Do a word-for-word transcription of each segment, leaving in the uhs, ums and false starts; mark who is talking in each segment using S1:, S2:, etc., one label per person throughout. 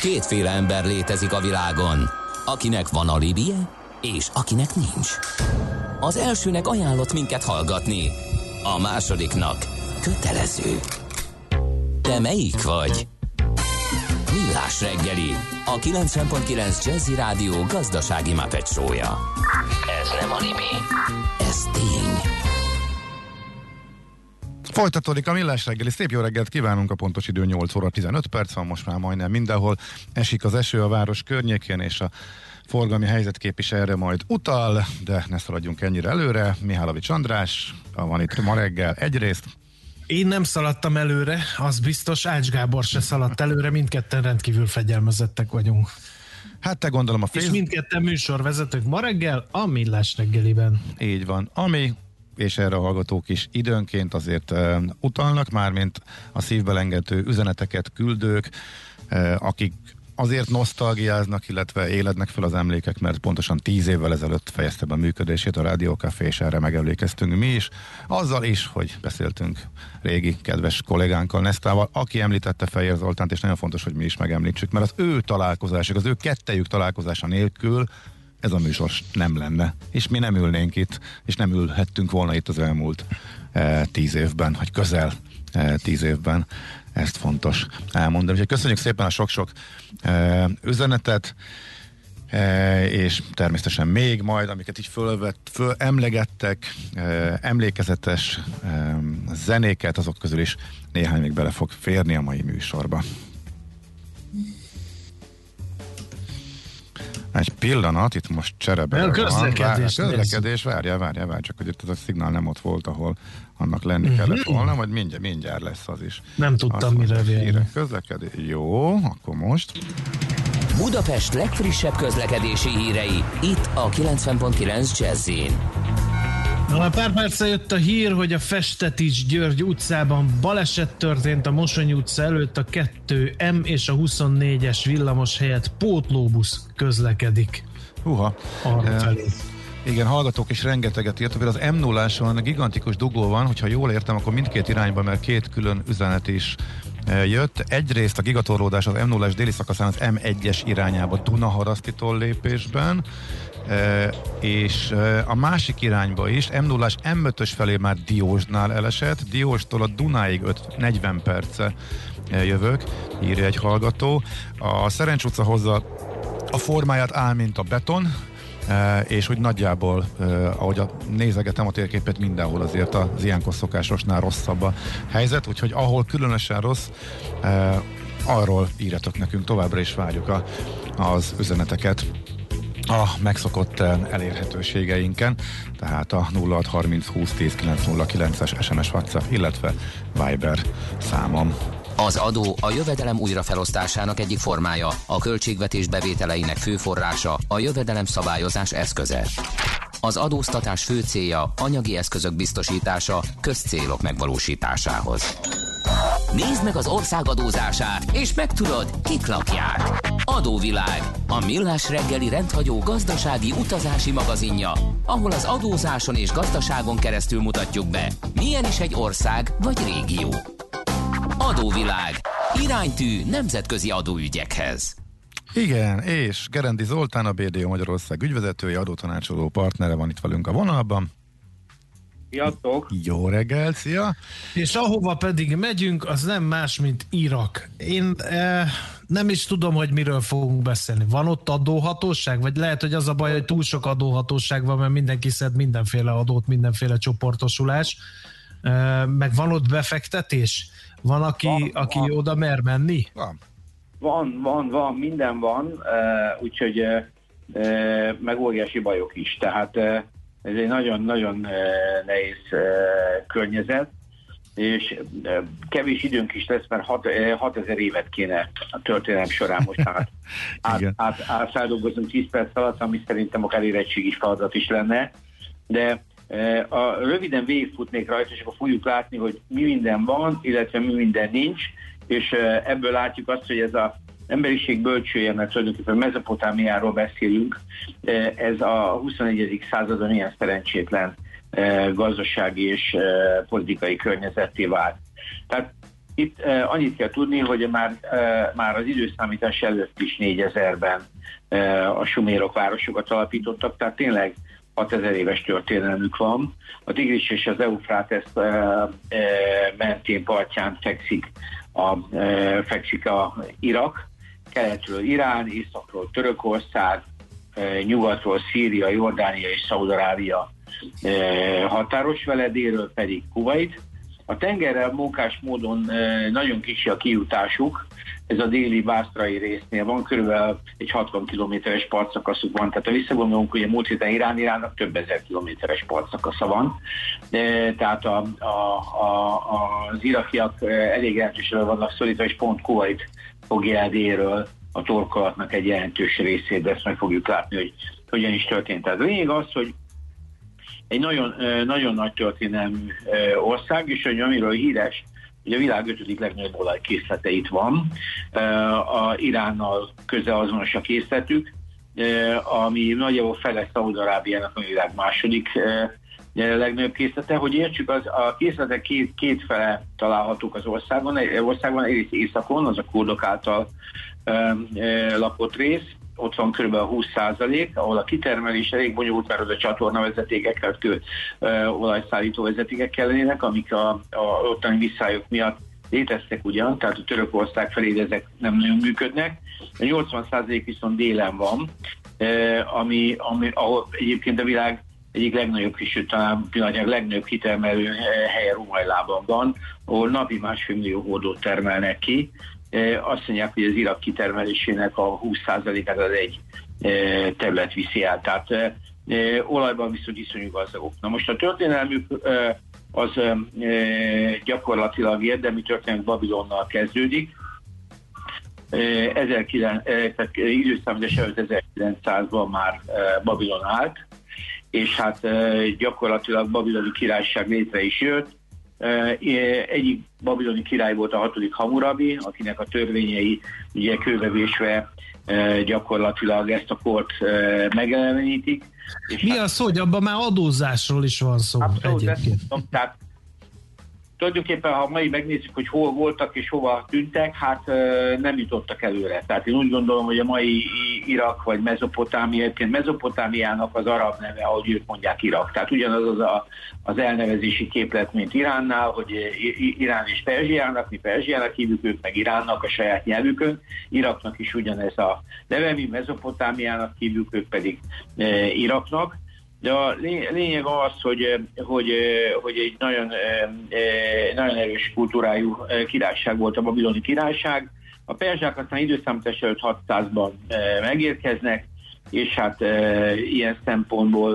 S1: Kétféle ember létezik a világon, akinek van alibije, és akinek nincs. Az elsőnek ajánlott minket hallgatni, a másodiknak kötelező. Te melyik vagy? Millás reggeli, a kilencven pont kilenc Jazzy Rádió gazdasági Muppet show-ja. Ez nem anime, ez tény.
S2: Folytatódik a Millás reggeli. Szép jó reggelt kívánunk, a pontos idő nyolc óra tizenöt perc van, most már majdnem mindenhol esik az eső a város környékén, és a forgalmi helyzetkép is erre majd utal, de ne szaladjunk ennyire előre. Mihálovics András van itt ma reggel egyrészt.
S3: Én nem szaladtam előre, az biztos, Ács Gábor se szaladt előre, mindketten rendkívül fegyelmezettek vagyunk.
S2: Hát te gondolom a
S3: Facebook... És mindketten műsorvezetők ma reggel a Millás reggeliben.
S2: Így van, ami, és erre a hallgatók is időnként azért uh, utalnak, mármint a szívbelengető üzeneteket küldők, uh, akik azért nosztalgiáznak, illetve élednek fel az emlékek, mert pontosan tíz évvel ezelőtt fejezte be a működését a Rádió Café, és erre megemlékeztünk mi is. Azzal is, hogy beszéltünk régi kedves kollégánkkal, Nesztával, aki említette Fejér Zoltánt, és nagyon fontos, hogy mi is megemlítsük, mert az ő találkozásuk, az ő kettejük találkozása nélkül ez a műsor nem lenne. És mi nem ülnénk itt, és nem ülhettünk volna itt az elmúlt eh, tíz évben, vagy közel eh, tíz évben. Ezt fontos elmondani. Úgyhogy köszönjük szépen a sok-sok e, üzenetet, e, és természetesen még majd, amiket így fölvett, föl emlegettek, e, emlékezetes e, zenéket, azok közül is néhány még bele fog férni a mai műsorba. Egy pillanat, itt most cserebe van.
S3: Közlekedés.
S2: Vár, közlekedés, várjál, várjál, várjál, csak hogy itt az a szignál nem ott volt, ahol annak lenni mm-hmm. kellett volna, vagy mindjárt, mindjárt lesz az is.
S3: Nem tudtam, mire vélni.
S2: Közlekedés. Jó, akkor most.
S1: Budapest legfrissebb közlekedési hírei, itt a kilencven pont kilenc Jazzin.
S3: Na, pár perccel jött a hír, hogy a Festetics György utcában baleset történt, a Mosonyi utca előtt a kettő M és a huszonnégyes villamos helyett pótlóbusz közlekedik.
S2: Húha.
S3: Arra felé.
S2: Igen, hallgatók is rengeteget írtak, például az em nulláson gigantikus dugó van, hogyha jól értem, akkor mindkét irányban, mert két külön üzenet is jött. Egyrészt a gigatorlódás az em nullás déli szakaszán az em egyes irányába Dunaharasztitól lépésben, e, és a másik irányba is em nullás em ötös felé már Diósnál elesett, Dióstól a Dunáig öt, negyven perce jövök, írja egy hallgató. A Szerencs utca hozza a formáját áll, mint a beton, Uh, és hogy nagyjából, uh, ahogy a, nézegetem a térképet, mindenhol azért az ilyenkor szokásosnál rosszabb a helyzet, úgyhogy ahol különösen rossz, uh, arról írjatok nekünk, továbbra is várjuk a, az üzeneteket a megszokott uh, elérhetőségeinken, tehát a nulla hat harminc húsz tíz kilenc nulla kilences es em es WhatsApp, illetve Viber számom.
S1: Az adó a jövedelem újrafelosztásának egyik formája, a költségvetés bevételeinek fő forrása, a jövedelem szabályozás eszköze. Az adóztatás fő célja anyagi eszközök biztosítása közcélok megvalósításához. Nézd meg az ország adózását, és megtudod, kik lakják. Adóvilág, a Millás reggeli rendhagyó gazdasági utazási magazinja, ahol az adózáson és gazdaságon keresztül mutatjuk be, milyen is egy ország vagy régió. Adóvilág. Iránytű nemzetközi adóügyekhez.
S2: Igen, és Gerendi Zoltán, a bé dé o Magyarország ügyvezetője, adótanácsoló partnere van itt velünk a vonalban.
S4: Sziasztok!
S2: Jó reggel, szia!
S3: És ahova pedig megyünk, az nem más, mint Irak. Én eh, nem is tudom, hogy miről fogunk beszélni. Van ott adóhatóság? Vagy lehet, hogy az a baj, hogy túl sok adóhatóság van, mert mindenki szed mindenféle adót, mindenféle csoportosulás. Eh, meg van ott befektetés? Van, aki, van, aki van. Oda mer menni?
S2: Van.
S4: Van, van, van, minden van, uh, úgyhogy uh, uh, meg óriási bajok is. Tehát uh, ez egy nagyon-nagyon uh, nehéz uh, környezet, és uh, kevés időnk is lesz, mert hatezer évet kéne a történelem során most át, át, át, átfeldolgozunk tíz perc alatt, ami szerintem akár érettségi feladat is lenne, de uh, a, röviden végigfutnék rajta, és akkor fogjuk látni, hogy mi minden van, illetve mi minden nincs, és ebből látjuk azt, hogy ez az emberiség bölcsője, mert tulajdonképpen Mezopotámiáról beszélünk, ez a huszonegyedik századon ilyen szerencsétlen gazdasági és politikai környezetté vált. Tehát Itt eh, annyit kell tudni, hogy már, eh, már az időszámítás előtt is négyezerben eh, a sumérok városokat alapítottak, tehát tényleg hatezer éves történelmük van. A Tigris és az Eufrátesz e, e, mentén partján fekszik a, e, fekszik a Irak, keletről Irán, északról Törökország, e, nyugatról Szíria, Jordánia és Szaúd-Arábia e, határos veledéről pedig Kuvait. A tengerrel mókás módon e, nagyon kicsi a kijutásuk, ez a déli básztrai résznél van, körülbelül egy hatvan kilométeres partszakaszuk van, tehát ha visszagondolunk, hogy a múlt héten Irán Iránnak több ezer kilométeres partszakasza van, de, tehát a, a, a, az irakiak elég jelentősen vannak szorítva, és pont Kuvait fogja el délről a torkolatnak egy jelentős részét, de ezt meg fogjuk látni, hogy hogyan is történt. Tehát a lényeg az, hogy egy nagyon, nagyon nagy történelmű ország, és hogy amiről híres, ugye a világ ötödik legnagyobb olajkészlete itt van, a Iránnal közel azonos a készletük, ami nagyjából fele Szaúd-Arábiának a világ második legnagyobb készlete. Hogy értsük, az, a készletek két, két fele találhatók az országban, országban egyrészt északon, az a kurdok által lakott rész, ott van kb. húsz százalék, ahol a kitermelés elég bonyolult, mert az a csatornavezetékekkel, olajszállító vezetékek lennének, amik a, a ottani visszályok miatt léteztek ugyan, tehát a Törökország felé ezek nem nagyon működnek. A nyolcvan százalék viszont délen van, ami, ami, ahol egyébként a világ egyik legnagyobb, és talán pillanatnyilag legnagyobb kitermelő helye Rumajlában van, ahol napi másfél millió hordót termelnek ki. Azt mondják, hogy az Irak kitermelésének a húsz százalékát az egy terület viszi el. Tehát olajban viszont iszonyú gazdagok. Na most a történelmük az gyakorlatilag érdemi történet Babilonnal kezdődik. ezerkilencszáz, időszámítás előtt ezerkilencszázban már Babilon állt, és hát gyakorlatilag babiloni királyság létre is jött. Egyik babiloni király volt a hatodik Hammurabi, akinek a törvényei ugye kőbevésve gyakorlatilag ezt a kort megelevenítik.
S3: Mi hát, az, hogy abban már adózásról is van szó
S4: abszolút,
S3: egyébként?
S4: Ezt, tehát tulajdonképpen, ha mai megnézzük, hogy hol voltak és hova tűntek, hát nem jutottak előre. Tehát én úgy gondolom, hogy a mai Irak vagy Mezopotámia, egyébként Mezopotámiának az arab neve, ahogy ők mondják, Irak. Tehát ugyanaz az a, az elnevezési képlet, mint Iránnál, hogy Irán és Perzsiának, mi Perzsiának hívjuk, ők meg Iránnak a saját nyelvükön. Iraknak is ugyanez a neve, mi Mezopotámiának hívjuk, ők pedig Iraknak. De a lényeg az, hogy, hogy, hogy egy nagyon, nagyon erős kultúrájú királyság volt a babiloni királyság. A perzsák aztán időszámítás előtt hatszázban megérkeznek, és hát ilyen szempontból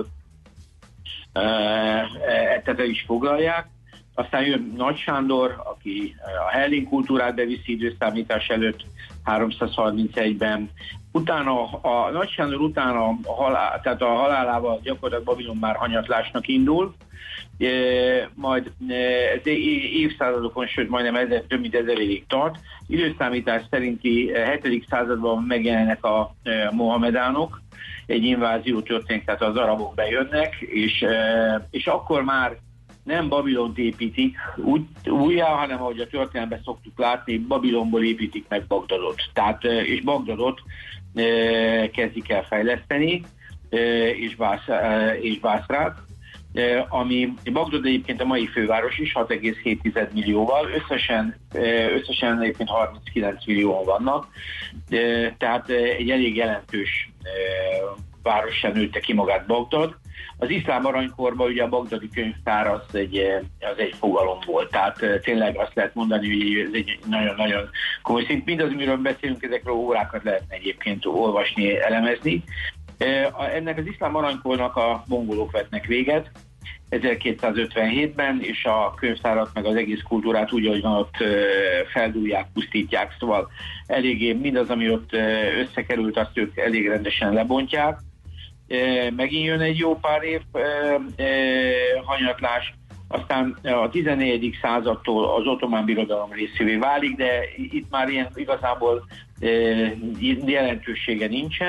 S4: tehát el is foglalják. Aztán jön Nagy Sándor, aki a hellén kultúrát beviszi időszámítás előtt háromszázharmincegyben. Utána a Nagy Sándor után a, halál, tehát a halálával gyakorlatilag Babilon már hanyatlásnak indul, e, majd ez évszázadokon, sőt majdnem ezer, több mint ezer évig tart. Időszámítás szerinti hetedik században megjelennek a e, mohamedánok, egy invázió történik, tehát az arabok bejönnek, és, e, és akkor már nem Babilont építik úgy, újjá, hanem ahogy a történelemben szoktuk látni, Babilonból építik meg Bagdadot. Tehát, és Bagdadot e, kezdik el fejleszteni, e, és, Bász, e, és Bászrát, e, ami Bagdad egyébként a mai főváros is, hat egész hét millióval, összesen, e, összesen egyébként harminckilenc millióan vannak, e, tehát egy elég jelentős e, várossá nőtte ki magát Bagdad. Az iszlám aranykorban ugye a bagdadi könyvtár az egy, az egy fogalom volt, tehát tényleg azt lehet mondani, hogy ez egy nagyon-nagyon komoly szint. Mindaz, amiről beszélünk, ezekről órákat lehetne egyébként olvasni, elemezni. Ennek az iszlám aranykornak a mongolok vetnek véget ezerkétszázötvenhétben, és a könyvtárat meg az egész kultúrát úgy, ahogy van, ott feldúlják, pusztítják, szóval eléggé mindaz, ami ott összekerült, azt ők elég rendesen lebontják. Megint jön egy jó pár év hanyatlás, aztán a tizennegyedik századtól az ottomán birodalom részévé válik, de itt már ilyen igazából jelentősége nincsen,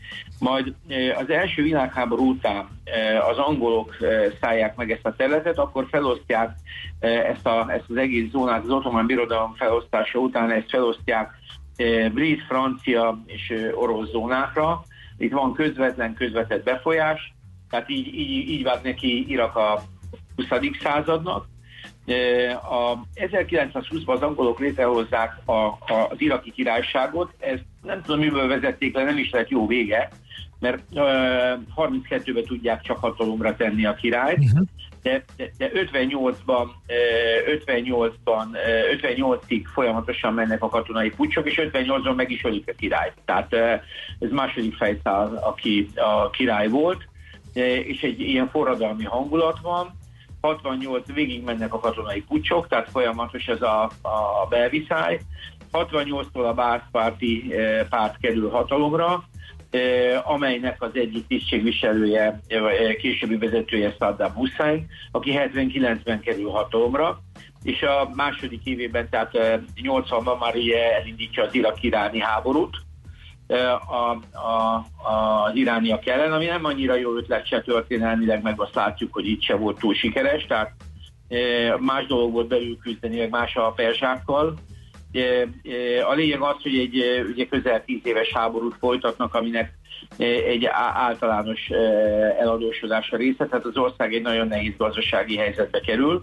S4: Majd az első világháború után az angolok szállják meg ezt a területet, akkor felosztják ezt, a, ezt az egész zónát, az Ottomán Birodalom felosztása után ezt felosztják brit, francia és orosz zónákra. Itt van közvetlen, közvetett befolyás, tehát így, így, így vált neki Irak a huszadik századnak. A ezerkilencszázhúszban az angolok létrehozzák a, a, az iraki királyságot, ezt nem tudom, miből vezették le, nem is lett jó vége, mert uh, harminckettőben tudják csak hatalomra tenni a királyt, uh-huh. de, de, de ötvennyolcban, ötvennyolcban, ötvennyolcig folyamatosan mennek a katonai puccsok, és ötvennyolcban meg is ölik a királyt. Tehát uh, ez második fejszál, aki a király volt, és egy ilyen forradalmi hangulat van. hatvannyolc végig mennek a katonai puccsok, tehát folyamatos ez a, a belviszály. hatvannyolctól a Baath-párti párt kerül hatalomra, amelynek az egyik tisztségviselője, későbbi vezetője Saddam Hussein, aki hetvenkilencben kerül hatalomra, és a második évében, tehát nyolcvanban már elindítja az iraki-iráni háborút a, a, az irániak ellen, ami nem annyira jó ötlet se történelmileg, meg azt látjuk, hogy itt se volt túl sikeres, tehát más dolog volt belül küzdeni, meg más a perzsákkal. A lényeg az, hogy egy ugye közel tíz éves háborút folytatnak, aminek egy általános eladósodás a része, tehát az ország egy nagyon nehéz gazdasági helyzetbe kerül.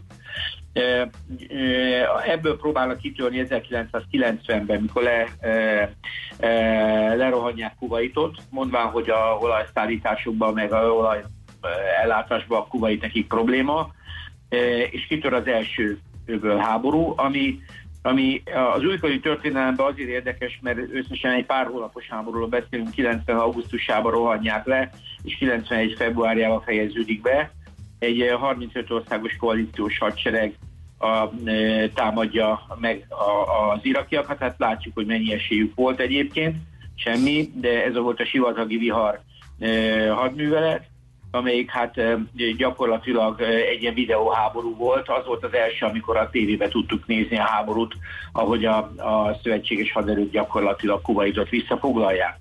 S4: Ebből próbálnak kitörni ezerkilencszázkilencvenben, mikor le, lerohanják Kuvaitot, mondván, hogy a olajszállításukban, meg a olaj ellátásban a Kuvait nekik probléma, és kitör az első öbölháború, ami ami az újkori történelemben azért érdekes, mert összesen egy pár hónapos háborúról beszélünk, kilencven augusztusában rohanják le, és kilencvenegy februárjában fejeződik be. Egy harmincöt országos koalíciós hadsereg a, e, támadja meg a, az irakiakat, hát látjuk, hogy mennyi esélyük volt egyébként, semmi, de ez volt a sivatagi vihar e, hadművelet, amelyik hát gyakorlatilag egy ilyen videóháború volt. Az volt az első, amikor a tévében tudtuk nézni a háborút, ahogy a, a szövetséges haderők gyakorlatilag Kuvaitot visszafoglalják.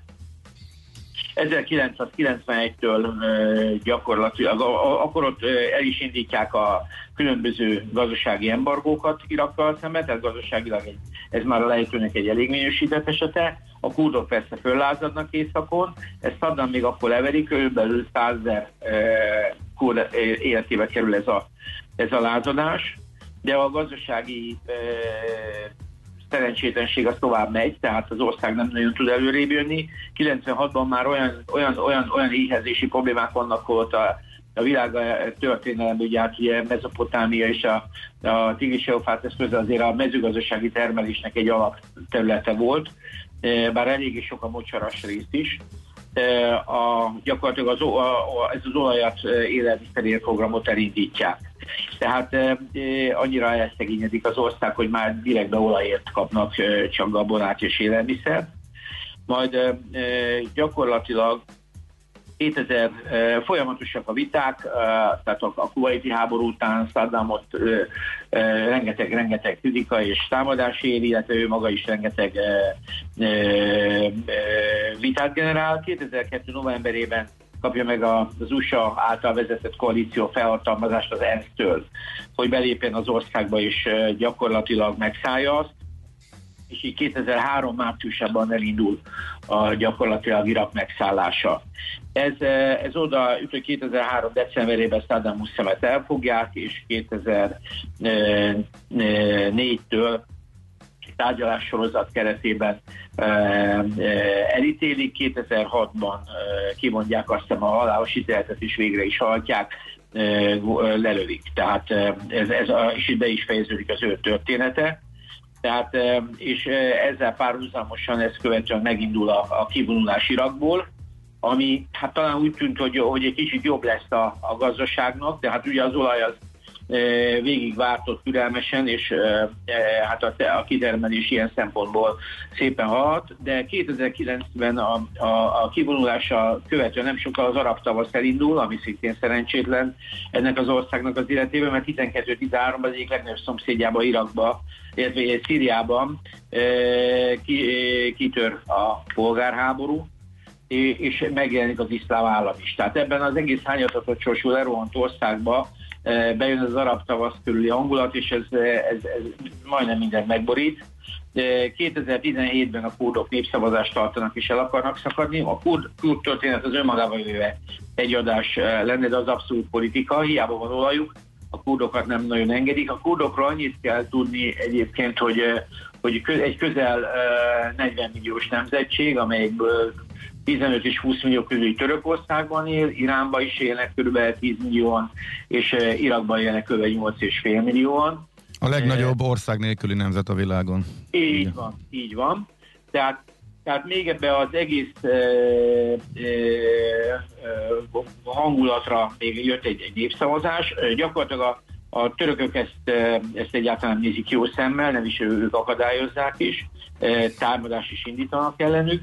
S4: ezerkilencszázkilencvenegytől gyakorlatilag, akkor ott el is indítják a különböző gazdasági embargókat Irakkal szemben, tehát gazdaságilag egy, ez már a lejtőnek egy elég minősített esete. A kurdok persze föllázadnak északon, ezt Saddam még akkor leverik, körülbelül százezer kurd életébe kerül ez a, ez a lázadás, de a gazdasági e, szerencsétlenség az tovább megy, tehát az ország nem nagyon tud előrébb jönni. kilencvenhatban már olyan, olyan, olyan, olyan éhezési problémák vannak, ott a, a világ történelemben, ugye hát ugye Mezopotámia és a, a Tigris-Eufrát közel azért a mezőgazdasági termelésnek egy alapterülete volt, bár eléggé sok a mocsaras rész is. A, gyakorlatilag az, a, a, ez az olajat élelmiszerért programot elindítják. Tehát e, annyira elszegényedik az ország, hogy már direktbe olajért kapnak e, csak gabonát és élelmiszert. Majd e, gyakorlatilag kétezer e, folyamatosak a viták, e, tehát a, a kuvaiti háború után Saddamot e, e, rengeteg, rengeteg kritika és támadás éri, illetve ő maga is rengeteg e, e, e, vitát generál. kétezer-kettő novemberében kapja meg az u es á által vezetett koalíció felhatalmazást az e en es-től, hogy belépjen az országba és gyakorlatilag megszállja azt, és így kétezer-három márciusában elindul a gyakorlatilag Irak megszállása. Ez, ez oda üt, hogy kétezer-három decemberében Saddam Husseinet elfogják, és kétezer-négytől tárgyalássorozat keretében e, e, elítélik, kétezer-hatban e, kimondják, azt hiszem a halálos ítéletet is végre is hajtják, e, lelövik. Tehát e, ez, ez a, és ide is fejeződik az ő története. Tehát, e, és ezzel párhuzamosan ezt követően megindul a, a kivonulás Irakból, ami hát talán úgy tűnt, hogy, hogy egy kicsit jobb lesz a, a gazdaságnak, de hát ugye az olaj az végig vártott türelmesen, és hát a, a kitermelés ilyen szempontból szépen halad, de kétezer-kilencben a, a, a kivonulása követően nem sokkal az arab tavasz elindul, ami szintén szerencsétlen ennek az országnak az életében, mert tizenkettő tizenhárom az egyik legnagyobb szomszédjában, Irakba, illetve Szíriában kitör a polgárháború, és megjelenik az iszlám állam is. Tehát ebben az egész hányatatott sorsú lerohant országba bejön az arab tavasz körüli hangulat, és ez, ez, ez majdnem mindent megborít. kétezer-tizenhétben a kurdok népszavazást tartanak és el akarnak szakadni. A kurd, kurd történet az önmagában véve egy adás lenne, de az abszolút politika, hiába van olajuk, a kurdokat nem nagyon engedik. A kurdokról annyit kell tudni egyébként, hogy, hogy egy közel negyven milliós nemzetség, amelyekből tizenöt és húsz millió közül Törökországban él, Iránban is élnek kb. tíz millióan, és Irakban élnek kb. nyolc és fél millióan.
S2: A legnagyobb ország nélküli nemzet a világon.
S4: Így Igen. van, így van. Tehát, tehát még ebbe az egész e, e, e, hangulatra még jött egy, egy népszavazás. Gyakorlatilag a, a törökök ezt, ezt egyáltalán nézik jó szemmel, nem is ők akadályozzák is, támadást is indítanak ellenük.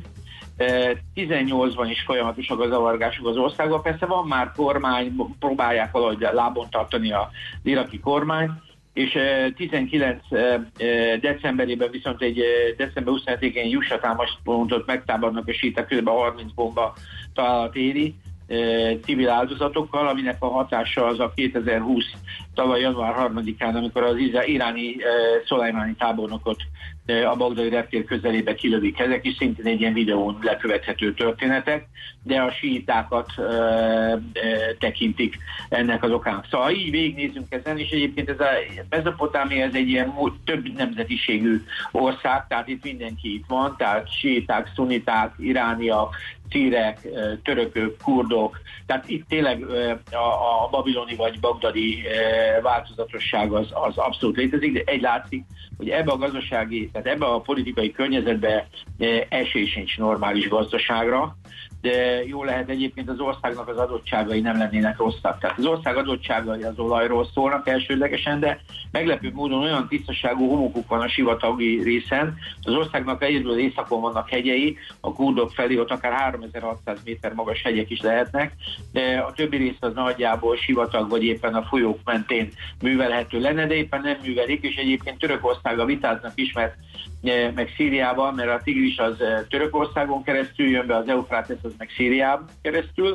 S4: tizennyolcban is folyamatosak a zavargások az országban. Persze van már kormány, próbálják valahogy lábon tartani az iraki kormány, és tizenkilenc decemberében viszont egy december huszonhetedikén Jusra támadáspontot megtámadnak a síták, kb. harminc bomba találat éri civil áldozatokkal, aminek a hatása az a kétezer-húsz tavaly január harmadikán, amikor az iráni Szolajmáni tábornokot a bagdadi reptér közelébe kilövik. Ezek is szintén egy ilyen videón lekövethető történetek, de a síitákat e, e, tekintik ennek az okán. Szóval így végignézünk ezen, és egyébként ez a Mezopotámia ez egy ilyen több nemzetiségű ország, tehát itt mindenki itt van, tehát síiták, szuniták, irániak, szírek, törökök, kurdok, tehát itt tényleg a, a babiloni vagy bagdadi változatosság az, az abszolút létezik, de egy látszik, hogy ebbe a gazdasági, tehát ebbe a politikai környezetbe esély sincs normális gazdaságra, de jó lehet egyébként az országnak az adottságai nem lennének rosszak. Tehát az ország adottságai az olajról szólnak elsődlegesen, de meglepő módon olyan tisztaságú homokuk van a sivatagi részen. Az országnak egyedül északon vannak hegyei, a kurdok felé ott akár háromezer-hatszáz méter magas hegyek is lehetnek, de a többi rész az nagyjából sivatag vagy éppen a folyók mentén művelhető lenne, de éppen nem művelik, és egyébként Törökországgal vitáznak is, mert meg Szíriában, mert a Tigris az Törökországon keresztül jön be, az Eufrátesz az meg Szíriában keresztül,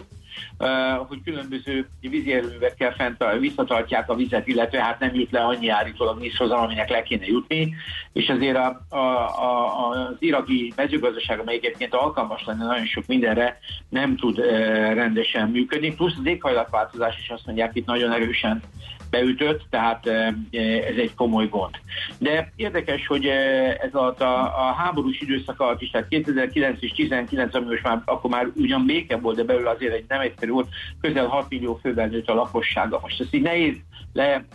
S4: hogy különböző vízi erőművekkel fent visszatartják a vizet, illetve hát nem jut le annyi állítólag vízhozam, aminek le kéne jutni, és azért a, a, a, az iraki mezőgazdaság, amely egyébként alkalmas lenne nagyon sok mindenre, nem tud rendesen működni, plusz az éghajlatváltozás is azt mondják itt nagyon erősen beütött, tehát ez egy komoly gond. De érdekes, hogy ez alatt a, a háborús időszak alatt is, tehát kétezer-kilenc és tizenkilenc, ami most már, akkor már ugyan béke volt, de belül azért egy nem egyszerű volt, közel hat millió főben nőtt a lakossága. Most ezt így nehéz le,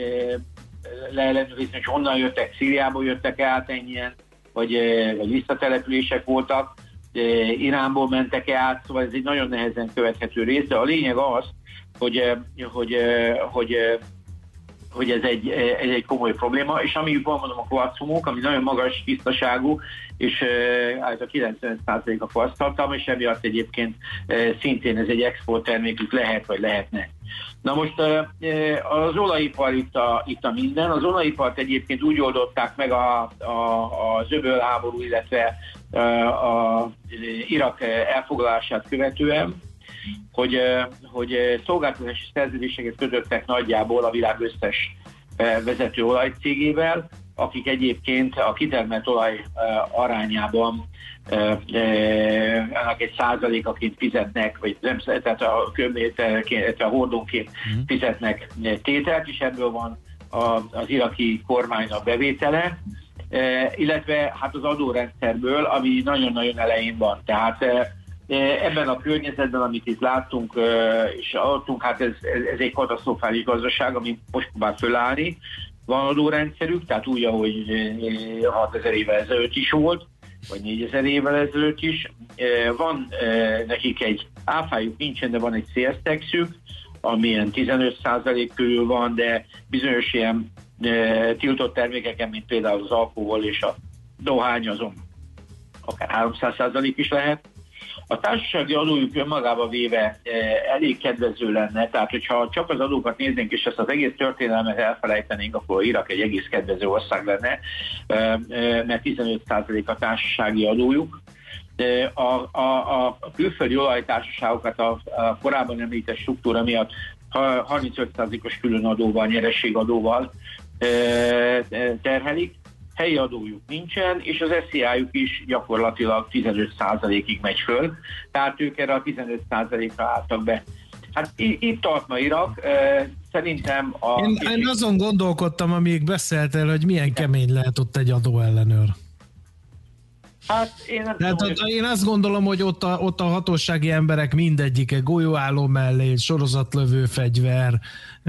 S4: leellenőrizni, hogy honnan jöttek, Szíriából jöttek át ennyien, vagy, vagy visszatelepülések voltak, Iránból mentek át, szóval ez egy nagyon nehezen követhető rész, de a lényeg az, hogy, hogy, hogy, hogy ez, egy, ez egy komoly probléma, és ami van, mondom, a kvarcumok, ami nagyon magas tisztaságú, és a kilencven százalék a kvarctartalma, és emiatt egyébként szintén ez egy export termékük lehet, vagy lehetne. Na most az olajipar itt a, itt a minden. Az olajipart egyébként úgy oldották meg a, a, az öbölháború, illetve a Irak elfoglalását követően, hogy, hogy szolgáltatási szerződéseket kötöttek nagyjából a világ összes vezető olajcégével, akik egyébként a kitermelt olaj arányában annak egy százalékaként fizetnek, vagy nem, tehát a, a hordónként fizetnek tételt, és ebből van az iraki kormánynak bevétele, illetve hát az adórendszerből, ami nagyon-nagyon elején van. Tehát ebben a környezetben, amit itt láttunk és adtunk, hát ez, ez egy katasztrofális gazdaság, ami most próbál fölállni. Van adórendszerük, tehát úgy, ahogy hatezer évvel ezelőtt is volt, vagy négyezer évvel ezelőtt is. Van nekik egy áfájuk nincsen, de van egy sales taxük, amilyen tizenöt százalék körül van, de bizonyos ilyen tiltott termékeken, mint például az alkohol és a dohány, azon akár háromszáz százalék is lehet. A társasági adójuk önmagába véve elég kedvező lenne, tehát hogyha csak az adókat néznénk, és ezt az egész történelmet elfelejtenénk, akkor Irak egy egész kedvező ország lenne, mert tizenöt százalék a társasági adójuk. A, a, a külföldi olajtársaságokat a, a korábban említett struktúra miatt harmincöt százalékos különadóval, nyerességadóval terhelik, helyi adójuk nincsen, és az es zé á-juk is gyakorlatilag tizenöt százalékig megy föl, tehát ők erre a tizenöt százalékra álltak be. Hát itt tart ma Irak, szerintem a...
S3: Én, én azon gondolkodtam, amíg beszéltél, hogy milyen kemény lehet ott egy adóellenőr.
S4: Hát én, nem
S3: Tehát
S4: tudom,
S3: ott, én azt gondolom, hogy ott a, ott a hatósági emberek mindegyike golyóálló mellé, sorozatlövő fegyver,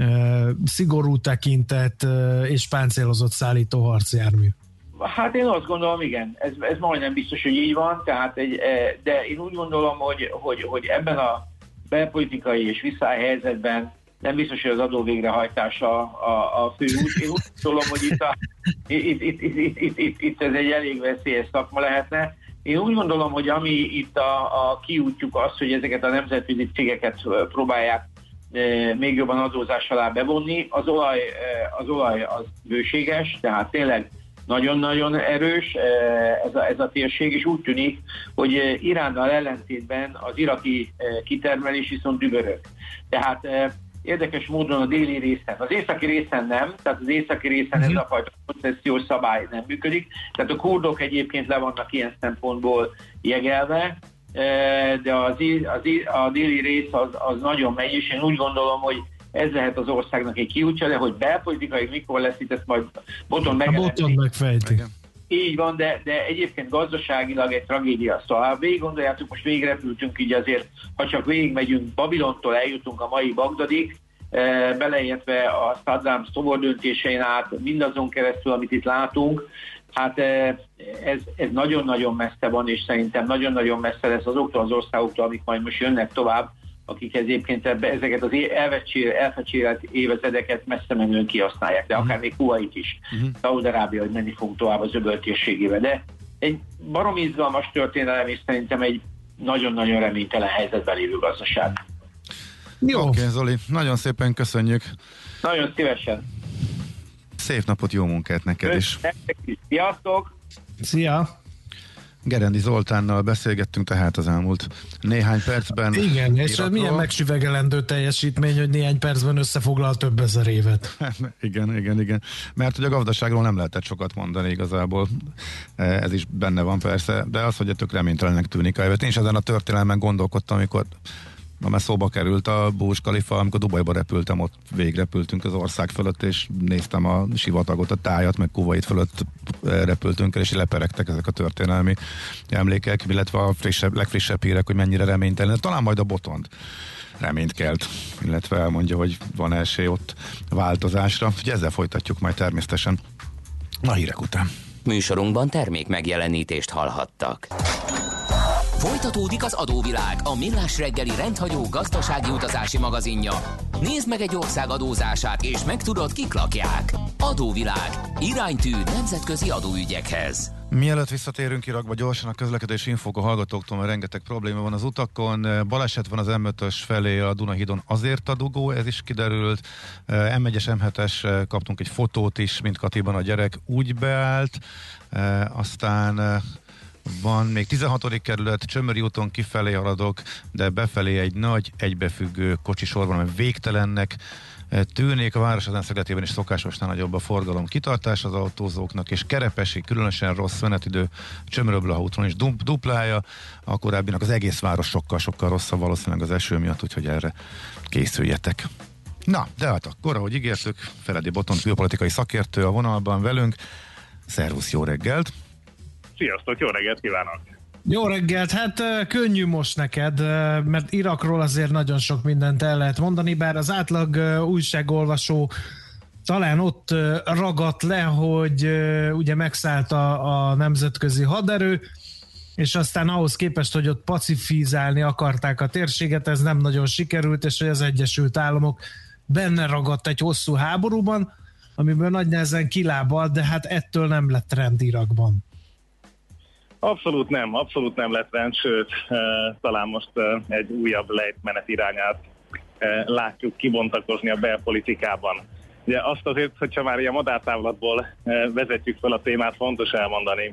S3: szigorú tekintet és páncélozott szállító harcjármű.
S4: Hát én azt gondolom, igen, ez, ez majdnem biztos, hogy így van, tehát egy, de én úgy gondolom, hogy, hogy, hogy ebben a belpolitikai és visszályhelyzetben nem biztos, hogy az adó végrehajtása a, a fő út. Én úgy gondolom, hogy itt, a, itt, itt, itt, itt, itt, itt, itt ez egy elég veszélyes szakma lehetne. Én úgy gondolom, hogy ami itt a, a kiútjuk az, hogy ezeket a nemzetközi cégeket próbálják e, még jobban adózás alá bevonni. Az olaj, e, az olaj az bőséges, tehát tényleg nagyon-nagyon erős ez a, ez a térség, és úgy tűnik, hogy Iránnal ellentétben az iraki kitermelés viszont dübörög. Tehát érdekes módon a déli részen, az északi részen nem, tehát az északi részen ez a fajta koncessziós szabály nem működik, tehát a kurdok egyébként le vannak ilyen szempontból jegelve, de az, az, a déli rész az, az nagyon megy, és én úgy gondolom, hogy ez lehet az országnak egy kiútja, de hogy belpolitikai mikor lesz itt, ezt majd Boton
S3: megelőzi. megfejti.
S4: Így van, de, de egyébként gazdaságilag egy tragédia. Szóval ha végig gondoljátok, most végig repültünk így azért, ha csak végigmegyünk Babilontól, eljutunk a mai Bagdadig, e, beleértve a Saddam szobor döntésein át, mindazon keresztül, amit itt látunk, hát e, ez, ez nagyon-nagyon messze van, és szerintem nagyon-nagyon messze lesz azoktól az országoktól, amik majd most jönnek tovább, akik egyébként ebbe, ezeket az elfecsérelt évezredeket messze menően kihasználják, de akár még Kuwait is, uh-huh. Szaúd-Arábia, hogy menni fogunk tovább az öböl térségébe. De egy barom izgalmas történelem, és szerintem egy nagyon-nagyon reménytelen helyzetben lévő gazdaság.
S2: Jó. Oké, okay, Zoli, nagyon szépen köszönjük.
S4: Nagyon szívesen.
S2: Szép napot, jó munkát neked is.
S4: Sziasztok!
S3: Szia!
S2: Gerendi Zoltánnal beszélgettünk tehát az elmúlt néhány percben.
S3: Igen, és Irakról. Milyen megsüvegelendő teljesítmény, hogy néhány percben összefoglal több ezer évet.
S2: igen, igen, igen. Mert hogy a gazdaságról nem lehetett sokat mondani igazából. Ez is benne van persze, de az, hogy tök reménytelennek tűnik. Én is ezen a történelmen gondolkodtam, amikor ma már szóba került a Burj Khalifa, amikor Dubajba repültem, ott végigrepültünk az ország fölött, és néztem a sivatagot, a tájat, meg Kuwait fölött repültünk el, és leperegtek ezek a történelmi emlékek, illetve a frissebb, legfrissebb hírek, hogy mennyire reménytelen. Talán majd a Botond reményt kelt, illetve elmondja, hogy van esély ott változásra. Úgyhogy ezzel folytatjuk majd természetesen a hírek után.
S1: Műsorunkban termék megjelenítést hallhattak. Folytatódik az Adóvilág, a millás reggeli rendhagyó gazdasági utazási magazinja. Nézd meg egy ország adózását, és megtudod, kik lakják. Adóvilág. Iránytű nemzetközi adóügyekhez.
S2: Mielőtt visszatérünk Irakba gyorsan a közlekedési infók a hallgatóktól, mert rengeteg probléma van az utakon. Baleset van az em ötös felé a Dunahídon, azért a dugó, ez is kiderült. em egyes, em hetes kaptunk egy fotót is, mint Katiban a gyerek úgy beállt. Aztán van még tizenhatodik kerület, Csömöri úton kifelé haladok, de befelé egy nagy egybefüggő kocsisor van, amely végtelennek tűnik. A város ezen szögletében is szokásosnál nagyobb a forgalom kitartás az autózóknak, és Kerepesi különösen rossz menetidő, Csömöröblaha úton is duplája, a korábbinak az egész város sokkal-sokkal rosszabb valószínűleg az eső miatt, úgyhogy erre készüljetek. Na, de hát akkor, ahogy ígértük, Feledi Botont külpolitikai szakértő a vonalban velünk. Szervusz, jó reggelt!
S5: Sziasztok, jó reggelt kívánok!
S3: Jó reggelt, hát könnyű most neked, mert Irakról azért nagyon sok mindent el lehet mondani, bár az átlag újságolvasó talán ott ragadt le, hogy ugye megszállt a, a nemzetközi haderő, és aztán ahhoz képest, hogy ott pacifizálni akarták a térséget, ez nem nagyon sikerült, és hogy az Egyesült Államok benne ragadt egy hosszú háborúban, amiből nagy nehezen kilábalt, de hát ettől nem lett rend Irakban.
S5: Abszolút nem, abszolút nem lett rend, sőt, e, talán most e, egy újabb lejtmenet irányát e, látjuk kibontakozni a belpolitikában. Ugye azt azért, hogyha már ilyen madártávlatból e, vezetjük fel a témát, fontos elmondani,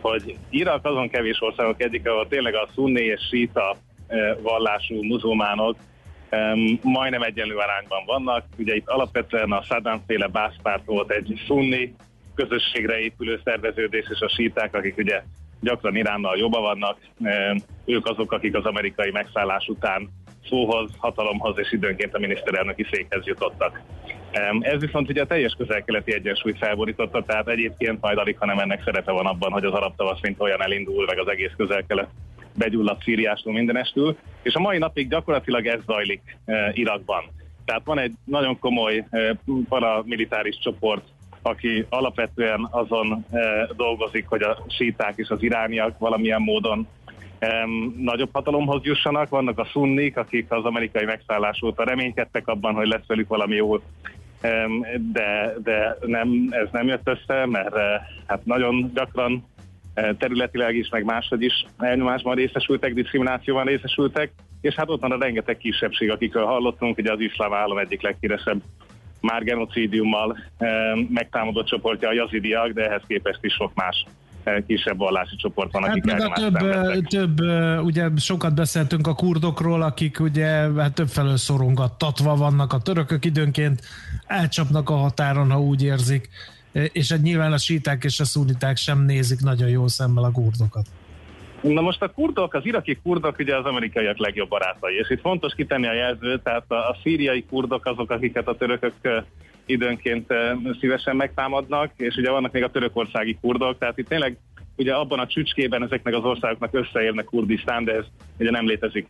S5: hogy Irak azon kevés országok egyik, ahol tényleg a szunni és síta vallású muzulmánok um, majdnem egyenlő arányban vannak. Ugye itt alapvetően a Saddam-féle Bász-párt volt egy szunni közösségre épülő szerveződés, és a síták, akik ugye gyakran Iránnal jobban vannak, um, ők azok, akik az amerikai megszállás után szóhoz, hatalomhoz és időnként a miniszterelnöki székhez jutottak. Um, ez viszont ugye a teljes közel-keleti egyensúlyt felborította, tehát egyébként majd alig, hanem ennek szerepe van abban, hogy az arab tavasz mint olyan elindul, meg az egész közel-kelet begyulladt Szíriástól mindenestül, és a mai napig gyakorlatilag ez zajlik e, Irakban. Tehát van egy nagyon komoly e, paramilitáris csoport, aki alapvetően azon e, dolgozik, hogy a síták és az irániak valamilyen módon e, nagyobb hatalomhoz jussanak. Vannak a szunnik, akik az amerikai megszállás óta reménykedtek abban, hogy lesz velük valami jó, e, de, de nem, ez nem jött össze, mert e, hát nagyon gyakran területileg is, meg máshogy is elnyomásban részesültek, diszkriminációban részesültek, és hát ott van a rengeteg kisebbség, akikről hallottunk, ugye az iszlám állam egyik leghíresebb már genocidiummal e, megtámadott csoportja a jazidiak, de ehhez képest is sok más e, kisebb vallási csoport van, akik
S3: hát
S5: elnyomást
S3: több,
S5: szenvedtek.
S3: több, ugye sokat beszéltünk a kurdokról, akik ugye hát többfelől szorongattatva vannak a törökök, időnként elcsapnak a határon, ha úgy érzik, és hát nyilván a síták és a szunniták sem nézik nagyon jó szemmel a kurdokat.
S5: Na most a kurdok, az iraki kurdok ugye az amerikaiak legjobb barátai, és itt fontos kitenni a jelzőt, tehát a, a szíriai kurdok azok, akiket a törökök időnként szívesen megtámadnak, és ugye vannak még a törökországi kurdok, tehát itt tényleg ugye abban a csücskében ezeknek az országoknak összeérnek Kurdisztán, de ez ugye nem létezik.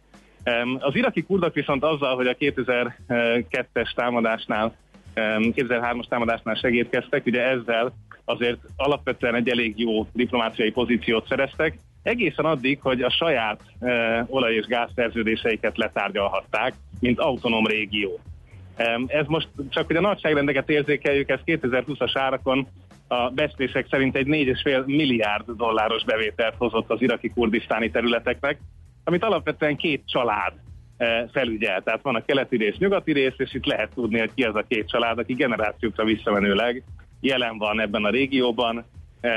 S5: Az iraki kurdok viszont azzal, hogy a kétezer-kettes támadásnál kétezer-hármas támadásnál segítkeztek, ugye ezzel azért alapvetően egy elég jó diplomáciai pozíciót szereztek, egészen addig, hogy a saját e, olaj- és gázszerződéseiket letárgyalhatták, mint autonóm régió. E, ez most csak, hogy a nagyságrendeket érzékeljük, ez kétezer-húszas árakon a becslések szerint egy négy egész öt milliárd dolláros bevételt hozott az iraki kurdisztáni területeknek, amit alapvetően két család felügyel. Tehát van a keleti rész, nyugati rész, és itt lehet tudni, hogy ki az a két család, aki generációkra visszamenőleg jelen van ebben a régióban.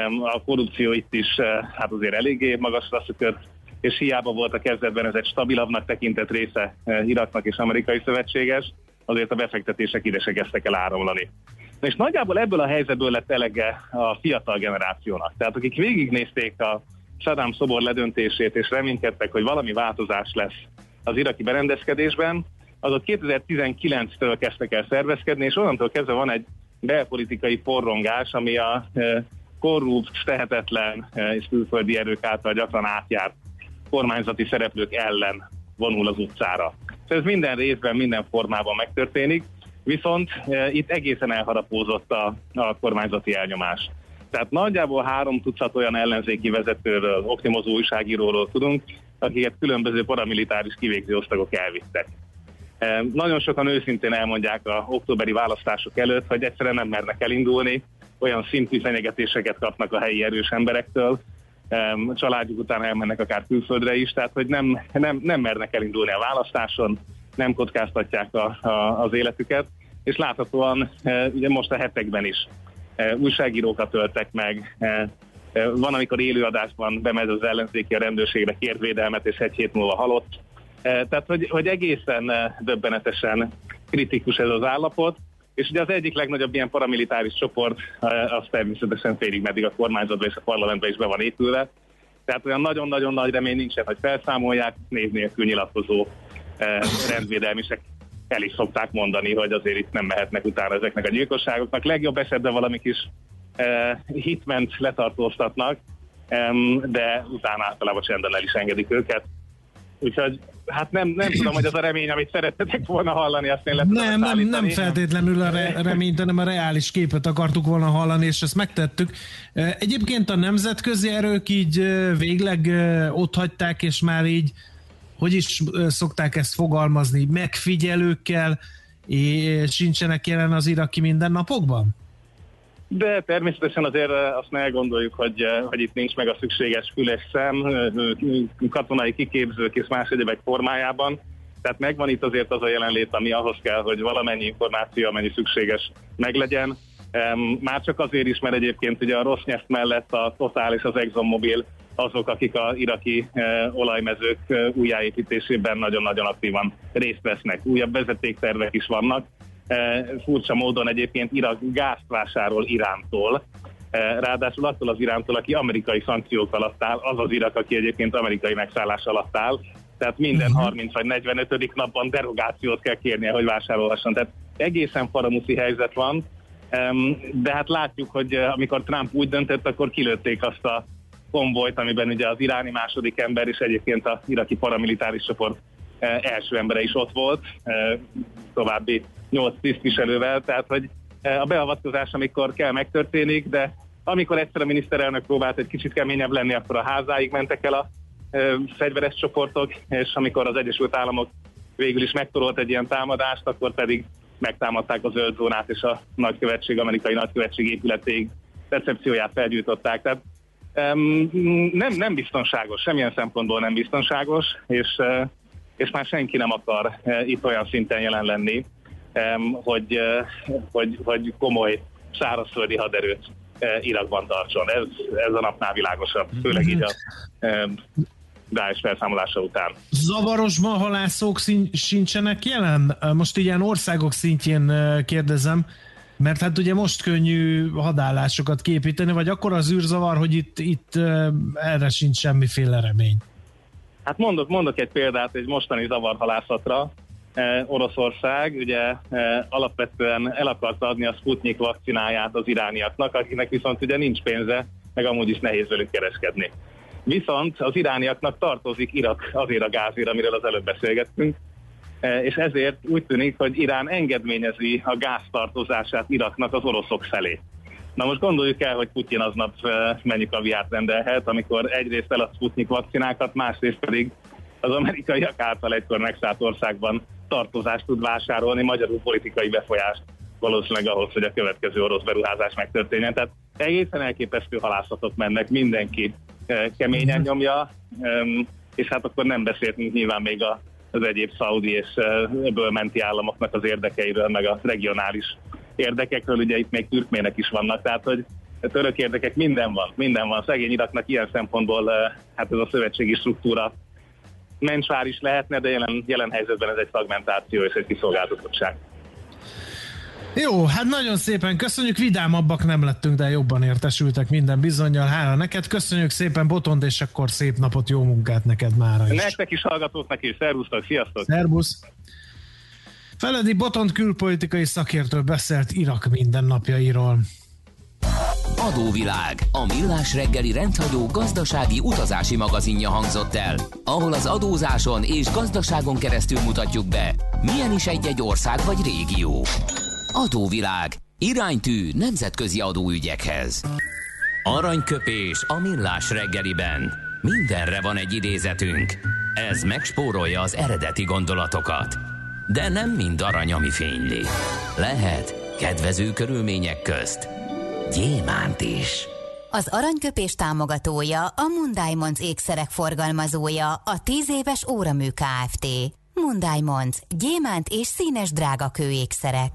S5: A korrupció itt is hát azért eléggé magasra szökött, és hiába volt a kezdetben ez egy stabilabbnak tekintett része Iraknak és amerikai szövetséges, azért a befektetések ide se kezdtek el áramlani. És nagyjából ebből a helyzetből lett elege a fiatal generációnak. Tehát akik végignézték a Saddam szobor ledöntését, és reménykedtek, hogy valami változás lesz az iraki berendezkedésben, azok kétezer-tizenkilenctől kezdtek el szervezkedni, és onnantól kezdve van egy belpolitikai forrongás, ami a korrupt, tehetetlen és külföldi erők által gyakran átjárt kormányzati szereplők ellen vonul az utcára. Ez minden részben, minden formában megtörténik, viszont itt egészen elharapózott a, a kormányzati elnyomás. Tehát nagyjából három tucat olyan ellenzéki vezetőről, oknyomozó újságíróról tudunk, akiket különböző paramilitáris kivégző osztagok elvittek. E, nagyon sokan őszintén elmondják a októberi választások előtt, hogy egyszerűen nem mernek elindulni, olyan szintű fenyegetéseket kapnak a helyi erős emberektől, e, családjuk után elmennek akár külföldre is, tehát hogy nem, nem, nem mernek elindulni a választáson, nem kockáztatják a, a, az életüket, és láthatóan e, ugye most a hetekben is e, újságírókat öltek meg, e, van, amikor élőadásban bemegy az ellenzéki a rendőrségre, kért védelmet, és egy hét múlva halott. Tehát, hogy, hogy egészen döbbenetesen kritikus ez az állapot, és ugye az egyik legnagyobb ilyen paramilitáris csoport, az természetesen félig meddig a kormányzatba és a parlamentbe is be van épülve. Tehát olyan nagyon-nagyon nagy remény nincsen, hogy felszámolják, név nélkül nyilatkozó rendvédelmisek el is szokták mondani, hogy azért itt nem mehetnek utána ezeknek a gyilkosságoknak. Legjobb esetben valami kis hitment letartóztatnak, de utána általában csenden el is engedik őket. Úgyhogy hát nem, nem tudom, hogy az a remény, amit szerettetek volna hallani, azt én le tudom
S3: Nem, nem, nem feltétlenül a re- reményt, hanem a reális képet akartuk volna hallani, és ezt megtettük. Egyébként a nemzetközi erők így végleg otthagyták, és már így, hogy is szokták ezt fogalmazni, megfigyelőkkel, és sincsenek jelen az iraki mindennapokban?
S5: De természetesen azért azt ne elgondoljuk, hogy, hogy itt nincs meg a szükséges füles szem, katonai kiképzők és más egyebek formájában. Tehát megvan itt azért az a jelenlét, ami ahhoz kell, hogy valamennyi információ, amennyi szükséges meglegyen. Már csak azért is, mert egyébként ugye a Rosneft mellett a Total és az ExxonMobil azok, akik az iraki olajmezők újjáépítésében nagyon-nagyon aktívan részt vesznek. Újabb vezetéktervek is vannak. Furcsa módon egyébként Irak gázt vásárol Irántól, ráadásul attól az Irántól, aki amerikai szankciók alatt áll, az az Irak, aki egyébként amerikai megszállás alatt áll. Tehát minden harminc vagy negyvenötödik napban derogációt kell kérnie, hogy vásárolhasson. Tehát egészen faramuszi helyzet van, de hát látjuk, hogy amikor Trump úgy döntött, akkor kilőtték azt a konvojt, amiben ugye az iráni második ember és egyébként az iraki paramilitáris csoport első embere is ott volt, további nyolc tisztviselővel, tehát hogy a beavatkozás, amikor kell, megtörténik, de amikor egyszer a miniszterelnök próbált egy kicsit keményebb lenni, akkor a házáig mentek el a fegyveres csoportok, és amikor az Egyesült Államok végül is megtorolt egy ilyen támadást, akkor pedig megtámadták a zöld zónát, és a nagykövetség, amerikai nagykövetség épületéig recepcióját felgyújtották. Tehát um, nem, nem biztonságos, semmilyen szempontból nem biztonságos, és, uh, és már senki nem akar uh, itt olyan szinten jelen lenni, um, hogy, uh, hogy, hogy komoly szárazföldi haderőt uh, Irakban tartson. Ez, ez a napnál világosabb, főleg így a um, Daesh felszámolása után.
S3: Zavaros halászok sincsenek jelen? Most ilyen országok szintjén kérdezem, mert hát ugye most könnyű hadállásokat képíteni, vagy akkor az űrzavar, hogy itt, itt erre sincs semmiféle remény.
S5: Hát mondok, mondok egy példát egy mostani zavarhalászatra. Eh, Oroszország ugye eh, alapvetően el akarta adni a Sputnik vakcináját az irániaknak, akiknek viszont ugye nincs pénze, meg amúgy is nehéz velük kereskedni. Viszont az irániaknak tartozik Irak azért a gázért, amiről az előbb beszélgettünk, és ezért úgy tűnik, hogy Irán engedményezi a gáztartozását Iraknak az oroszok felé. Na most gondoljuk el, hogy Putyin aznap mennyi kaviárt rendelhet, amikor egyrészt elad Sputnik vakcinákat, másrészt pedig az amerikaiak által egykor megszállt országban tartozást tud vásárolni, magyarul politikai befolyást valószínűleg ahhoz, hogy a következő orosz beruházás megtörténjen. Tehát egészen elképesztő halászatok mennek, mindenki keményen nyomja, és hát akkor nem beszéltünk nyilván még az egyéb szaudi és ebből menti államoknak az érdekeiről, meg a regionális érdekekről, ugye itt még türkmének is vannak, tehát hogy török érdekek, minden van, minden van. Szegény Iraknak ilyen szempontból hát ez a szövetségi struktúra mencsvár is lehetne, de jelen, jelen helyzetben ez egy fragmentáció és egy kiszolgáltatottság.
S3: Jó, hát nagyon szépen köszönjük, vidámabbak nem lettünk, de jobban értesültek minden bizonnyal. Hála neked, köszönjük szépen, Botond, és akkor szép napot, jó munkát neked mára is.
S5: Nektek is, hallgatóknak is, szervusztok, sziasztok!
S3: Szervusz! Feledi Botond külpolitikai szakértő beszélt Irak mindennapjairól.
S1: Adóvilág, a millás reggeli rendhagyó gazdasági utazási magazinja hangzott el, ahol az adózáson és gazdaságon keresztül mutatjuk be, milyen is egy-egy ország vagy régió. Adóvilág, iránytű nemzetközi adóügyekhez. Aranyköpés a millás reggeliben. Mindenre van egy idézetünk. Ez megspórolja az eredeti gondolatokat. De nem mind arany, ami fényli. Lehet kedvező körülmények közt gyémánt is.
S6: Az aranyköpés támogatója a Mundiamonds ékszerek forgalmazója, a tíz éves Óramű Kft. Mundiamonds, gyémánt és színes drágakő ékszerek.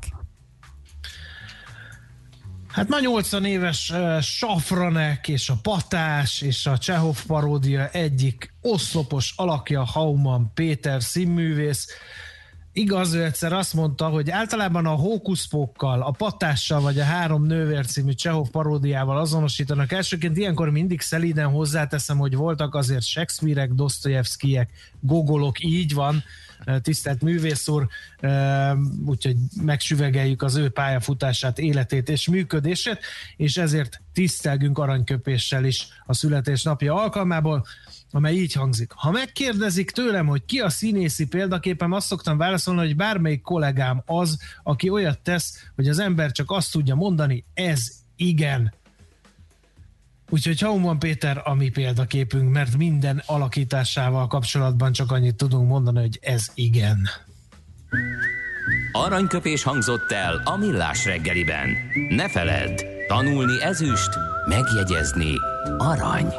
S3: Hát már nyolcvan éves uh, Safranek és a Patás és a Csehov paródia egyik oszlopos alakja Hauman Péter színművész. Igaz, ő egyszer azt mondta, hogy általában a hókuszpókkal, a Patással vagy a Három nővér című Csehov paródiával azonosítanak. Elsőként ilyenkor mindig szelíden hozzáteszem, hogy voltak azért Shakespeare-ek, Dostoyevskijek, Gogolok, így van, tisztelt művész úr, úgyhogy megsüvegeljük az ő pályafutását, életét és működését, és ezért tisztelgünk aranyköpéssel is a születésnapja alkalmából, amely így hangzik. Ha megkérdezik tőlem, hogy ki a színészi példaképem, azt szoktam válaszolni, hogy bármelyik kollégám az, aki olyat tesz, hogy az ember csak azt tudja mondani, ez igen. Úgyhogy Hauman Péter a mi példaképünk, mert minden alakításával kapcsolatban csak annyit tudunk mondani, hogy ez igen.
S1: Aranyköpés hangzott el a millás reggeliben. Ne feledd, tanulni ezüst, megjegyezni arany.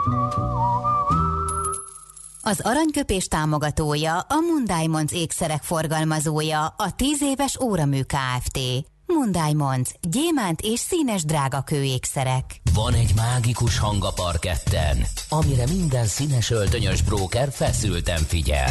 S6: Az aranyköpés támogatója a Mundiamonds ékszerek forgalmazója, a tíz éves Óramű Kft. Mundai Monc, gyémánt és színes drágakő ékszerek.
S1: Van egy mágikus hang a parketten, amire minden színes öltönyös bróker feszülten figyel.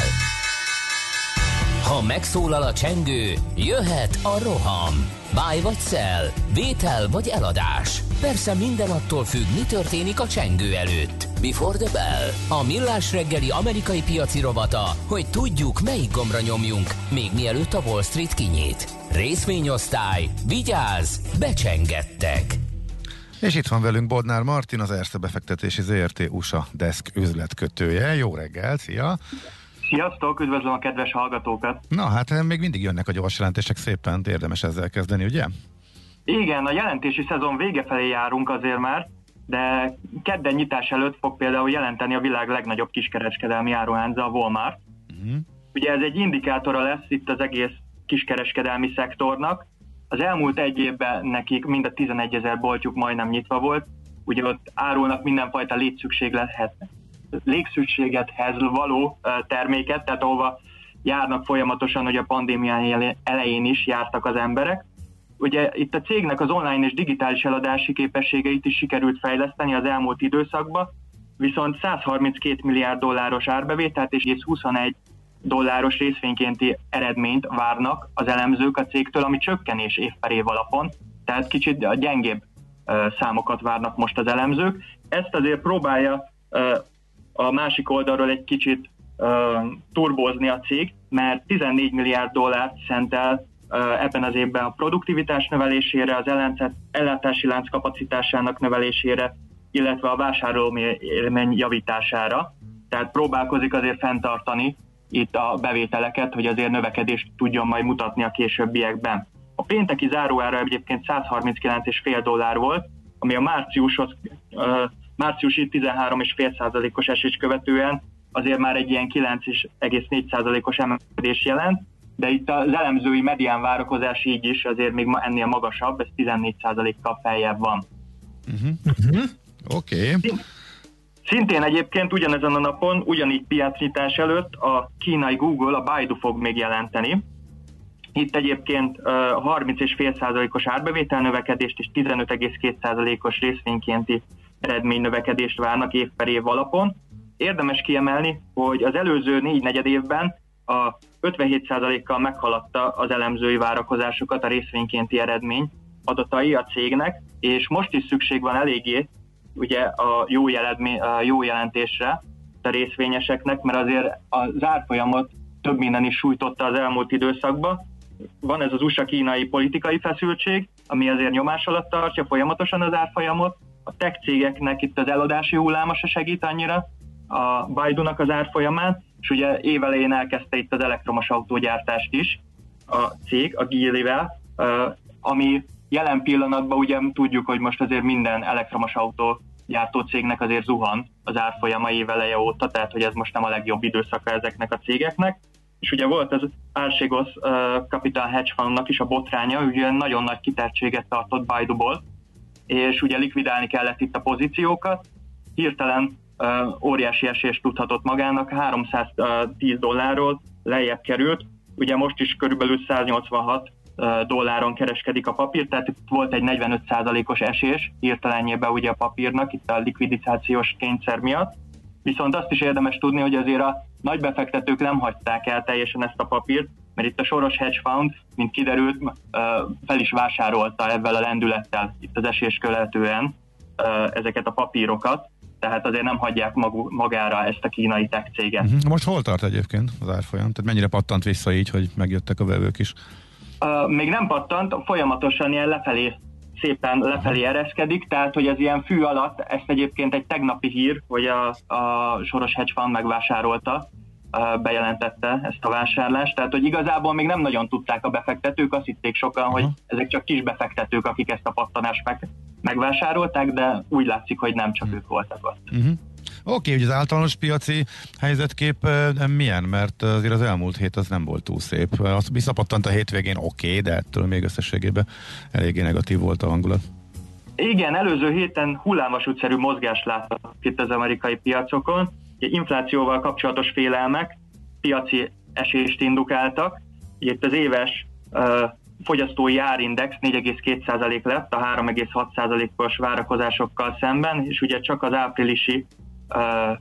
S1: Ha megszólal a csengő, jöhet a roham. Buy vagy sell, vétel vagy eladás. Persze minden attól függ, mi történik a csengő előtt. Before the bell, a millás reggeli amerikai piaci rovata, hogy tudjuk, melyik gombra nyomjunk, még mielőtt a Wall Street kinyit. Részvényosztály, vigyázz, becsengettek!
S2: És itt van velünk Bodnár Martin, az Erste befektetési zé er té u es á Desk üzletkötője. Jó reggel, szia!
S7: Sziasztok, üdvözlöm a kedves hallgatókat!
S2: Na hát még mindig jönnek a gyors jelentések, szépen érdemes ezzel kezdeni, ugye?
S7: Igen, a jelentési szezon vége felé járunk azért már, de kedden nyitás előtt fog például jelenteni a világ legnagyobb kiskereskedelmi áruházza, a Walmart. Uh-huh. Ugye ez egy indikátora lesz itt az egész kiskereskedelmi szektornak. Az elmúlt egy évben nekik mind a tizenegyezer boltjuk majdnem nyitva volt, ugye ott árulnak mindenfajta létszükséglethez, légszükségethez való terméket, tehát ahova járnak folyamatosan, hogy a pandémia elején is jártak az emberek. Ugye itt a cégnek az online és digitális eladási képességeit is sikerült fejleszteni az elmúlt időszakban, viszont százharminckét milliárd dolláros árbevételt és huszonegy dolláros részvénykénti eredményt várnak az elemzők a cégtől, ami csökkenés év per év alapon, tehát kicsit a gyengébb számokat várnak most az elemzők. Ezt azért próbálja a másik oldalról egy kicsit turbózni a cég, mert tizennégy milliárd dollárt szentel ebben az évben a produktivitás növelésére, az ellátási lánc kapacitásának növelésére, illetve a vásárlóélmény javítására. Tehát próbálkozik azért fenntartani itt a bevételeket, hogy azért növekedést tudjon majd mutatni a későbbiekben. A pénteki záróára egyébként százharminckilenc egész öt dollár volt, ami a márciushoz, márciusi tizenhárom egész öt százalékos esés követően azért már egy ilyen kilenc egész négy százalékos emelkedés jelent, de itt az elemzői medián várakozás így is azért még ennél magasabb, ez tizennégy százalékkal feljebb van.
S2: Uh-huh. Uh-huh. Oké. Okay.
S7: Szintén egyébként ugyanezen a napon, ugyanígy piacnyitás előtt a kínai Google, a Baidu fog még jelenteni. Itt egyébként uh, harminc egész öt százalékos árbevétel növekedést és tizenöt egész két százalékos részvénykénti eredmény növekedést várnak év per év alapon. Érdemes kiemelni, hogy az előző négy negyed évben a ötvenhét százalékkal meghaladta az elemzői várakozásokat a részvénykénti eredmény adatai a cégnek, és most is szükség van eléggé ugye a jó, jeledmény, a jó jelentésre a részvényeseknek, mert azért az árfolyamot több minden is sújtotta az elmúlt időszakban. Van ez az u es á-kínai politikai feszültség, ami azért nyomás alatt tartja folyamatosan az árfolyamot. A tech cégeknek itt az eladási hulláma se segít annyira a Baidunak az árfolyamán, és ugye évelején elkezdte itt az elektromos autógyártást is a cég, a Geely-vel, ami jelen pillanatban ugye tudjuk, hogy most azért minden elektromos autógyártó cégnek azért zuhan az árfolyama éveleje óta, tehát hogy ez most nem a legjobb időszaka ezeknek a cégeknek. És ugye volt az Archegos uh, Capital Hedge Fundnak is a botránya, ugye nagyon nagy kitertséget tartott Baiduból, és ugye likvidálni kellett itt a pozíciókat. Hirtelen uh, óriási esést tudhatott magának, háromszáztíz dollárról lejjebb került, ugye most is körülbelül száznyolcvanhat uh, dolláron kereskedik a papír, tehát itt volt egy negyvenöt százalékos esés hirtelenjében ugye a papírnak, itt a likviditációs kényszer miatt. Viszont azt is érdemes tudni, hogy azért a nagy befektetők nem hagyták el teljesen ezt a papírt, mert itt a Soros Hedge Fund, mint kiderült, fel is vásárolta ebben a lendülettel itt az esés követően ezeket a papírokat, tehát azért nem hagyják magára ezt a kínai tech céget.
S2: Most hol tart egyébként az árfolyam? Tehát mennyire pattant vissza így, hogy megjöttek a vevők is?
S7: Még nem pattant, folyamatosan ilyen lefelé szépen lefelé ereszkedik, tehát hogy az ilyen fű alatt, ezt egyébként egy tegnapi hír, hogy a, a Soros Hedge Fund megvásárolta, bejelentette ezt a vásárlást, tehát hogy igazából még nem nagyon tudták a befektetők, azt hitték sokan, uh-huh. hogy ezek csak kis befektetők, akik ezt a pattanást meg, megvásárolták, de úgy látszik, hogy nem csak uh-huh. ők voltak ott. Uh-huh.
S2: Oké, okay, hogy az általános piaci helyzetkép milyen? Mert azért az elmúlt hét az nem volt túl szép. Az visszapattant a hétvégén oké, okay, de ettől még összességében eléggé negatív volt a hangulat.
S7: Igen, előző héten hullámvasútszerű mozgást láttak itt az amerikai piacokon. Inflációval kapcsolatos félelmek piaci esést indukáltak. Itt az éves uh, fogyasztói árindex négy egész két százalék lett a három egész hat százalékos várakozásokkal szemben, és ugye csak az áprilisi uh,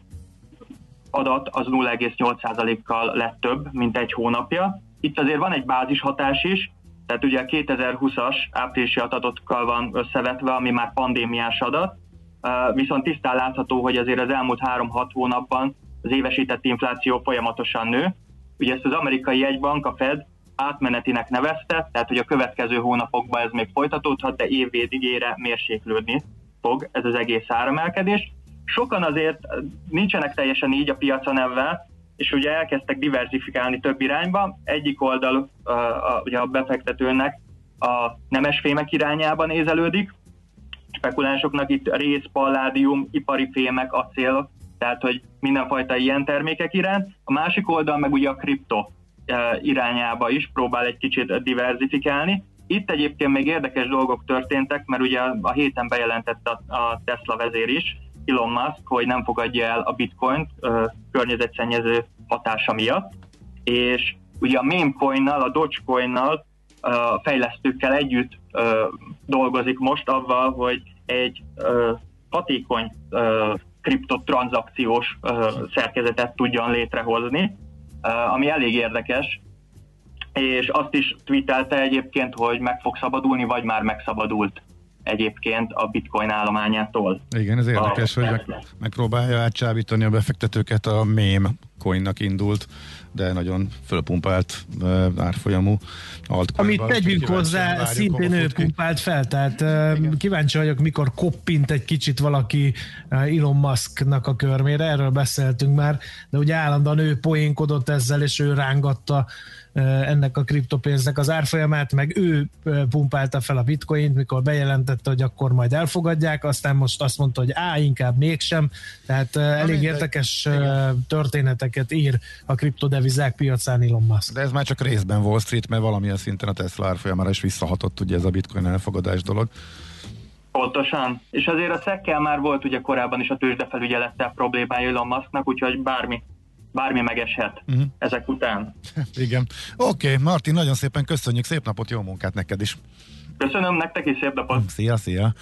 S7: adat az nulla egész nyolc százalékkal lett több, mint egy hónapja. Itt azért van egy bázishatás is, tehát ugye a kétezer-húszas áprilisi adatokkal van összevetve, ami már pandémiás adat, uh, viszont tisztán látható, hogy azért az elmúlt három-hat hónapban az évesített infláció folyamatosan nő. Ugye ezt az amerikai jegybank, a Fed átmenetinek nevezte, tehát hogy a következő hónapokban ez még folytatódhat, de év végére mérséklődni fog ez az egész áremelkedés. Sokan azért nincsenek teljesen így a piacon ebben, és ugye elkezdtek diversifikálni több irányba. Egyik oldal a, a, ugye a befektetőnek a nemesfémek irányába nézelődik, spekulánsoknak itt réz, palládium, ipari fémek, acél, tehát hogy mindenfajta ilyen termékek iránt. A másik oldal meg ugye a kripto irányába is próbál egy kicsit diversifikálni. Itt egyébként még érdekes dolgok történtek, mert ugye a héten bejelentett a, a Tesla vezér is, Elon Musk, hogy nem fogadja el a bitcoint uh, környezetszennyező hatása miatt, és ugye a Memecoinnal, a Dogecoinnal, uh, fejlesztőkkel együtt uh, dolgozik most avval, hogy egy uh, hatékony uh, kriptotranszakciós uh, szerkezetet tudjon létrehozni, uh, ami elég érdekes, és azt is tweetelte egyébként, hogy meg fog szabadulni, vagy már megszabadult egyébként a bitcoin állományától.
S2: Igen, ez érdekes, a, hogy meg, megpróbálja átcsábítani a befektetőket, a meme coinnak indult, de nagyon fölpumpált uh, árfolyamú altcoinban.
S3: Amit tegyünk hozzá, szintén ő pumpált fel, tehát uh, kíváncsi vagyok, mikor koppint egy kicsit valaki uh, Elon Musknak a körmére, erről beszéltünk már, de ugye állandóan ő poénkodott ezzel, és ő rángatta ennek a kriptopénznek az árfolyamát, meg ő pumpálta fel a bitcoint, mikor bejelentette, hogy akkor majd elfogadják, aztán most azt mondta, hogy á, inkább mégsem, tehát Na elég mindegy. érdekes Igen. történeteket ír a kriptodevizák piacán Elon Musk.
S2: De ez már csak részben Wall Street, mert valamilyen szinten a Tesla árfolyamára is visszahatott ugye ez a bitcoin elfogadás dolog.
S7: Pontosan. És azért a szekkel már volt ugye korábban is a tőzsdefelügyelettel problémája Elon Musknak, úgyhogy bármi bármi megeshet uh-huh. ezek után.
S2: Igen. Oké, okay, Martin, nagyon szépen köszönjük, szép napot, jó munkát neked is.
S7: Köszönöm nektek is, szép napot.
S2: Szia, szia.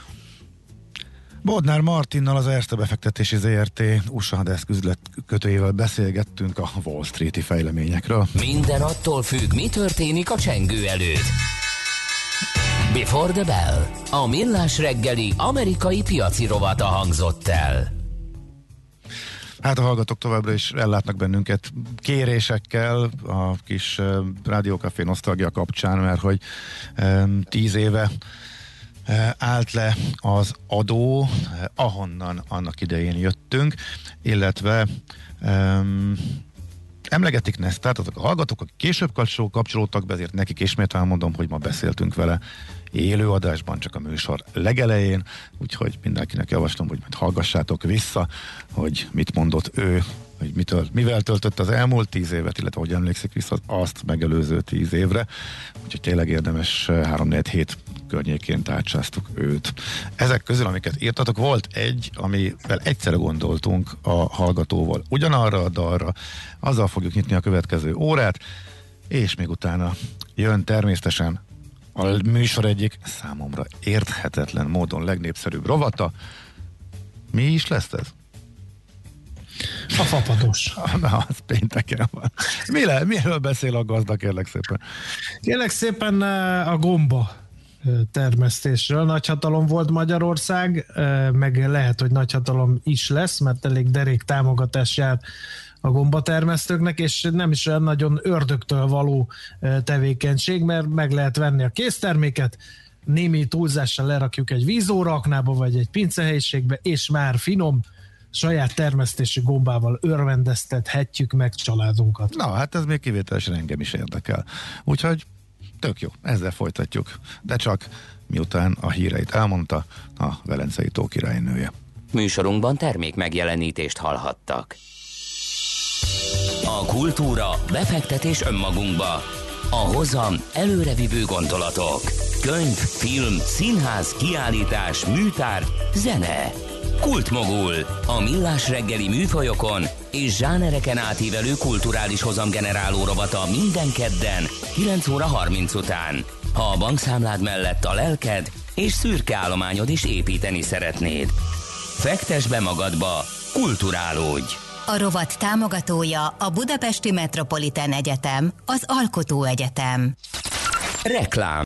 S2: Bodnár Martinnal, az Erste Befektetési zé er té u es á Desk üzletkötőjével beszélgettünk a Wall Street-i fejleményekről.
S1: Minden attól függ, mi történik a csengő előtt. Before the Bell, a millás reggeli amerikai piaci rovata hangzott el.
S2: Hát a hallgatók továbbra is ellátnak bennünket kérésekkel a kis uh, Rádiókafé nosztalgia kapcsán, mert hogy um, tíz éve uh, állt le az adó, uh, ahonnan annak idején jöttünk, illetve um, emlegetik Nesztát, azok a hallgatók, akik később kapcsolódtak be, ezért nekik ismét elmondom, hogy ma beszéltünk vele élőadásban, csak a műsor legelején, úgyhogy mindenkinek javaslom, hogy majd hallgassátok vissza, hogy mit mondott ő, hogy mitől, mivel töltött az elmúlt tíz évet, illetve hogy emlékszik vissza azt megelőző tíz évre, úgyhogy tényleg érdemes három négy hét környékén tárcsáztuk őt. Ezek közül, amiket írtatok, volt egy, amivel egyszerre gondoltunk a hallgatóval ugyanarra a dalra, azzal fogjuk nyitni a következő órát, és még utána jön természetesen a műsor egyik számomra érthetetlen módon legnépszerűbb rovata. Mi is lesz ez?
S3: A fapados.
S2: Na, az pénteken van. Mi le, miről beszél a gazda, kérlek szépen?
S3: Kérlek szépen a gomba termesztésről. Nagyhatalom volt Magyarország, meg lehet, hogy nagyhatalom is lesz, mert elég derék támogatás jár a gombatermesztőknek, és nem is olyan nagyon ördögtől való tevékenység, mert meg lehet venni a készterméket, némi túlzással lerakjuk egy vízóraknába, vagy egy pincehelyiségbe, és már finom, saját termesztési gombával örvendeztethetjük meg családunkat.
S2: Na, hát ez még kivételesen engem is érdekel. Úgyhogy tök jó, ezzel folytatjuk. De csak miután a híreit elmondta a Velencei tó királynője.
S1: Műsorunkban termék megjelenítést hallhattak. A kultúra, befektetés önmagunkba. A hozam előrevívő gondolatok. Könyv, film, színház, kiállítás, műtárgy, zene. Kultmogul. A millás reggeli műfajokon és zsánereken átívelő kulturális hozamgeneráló rovata minden kedden kilenc óra harminc után. Ha a bankszámlád mellett a lelked és szürke állományod is építeni szeretnéd. Fektess be magadba, kulturálódj!
S6: A rovat támogatója a Budapesti Metropolitán Egyetem, az Alkotó Egyetem.
S1: Reklám.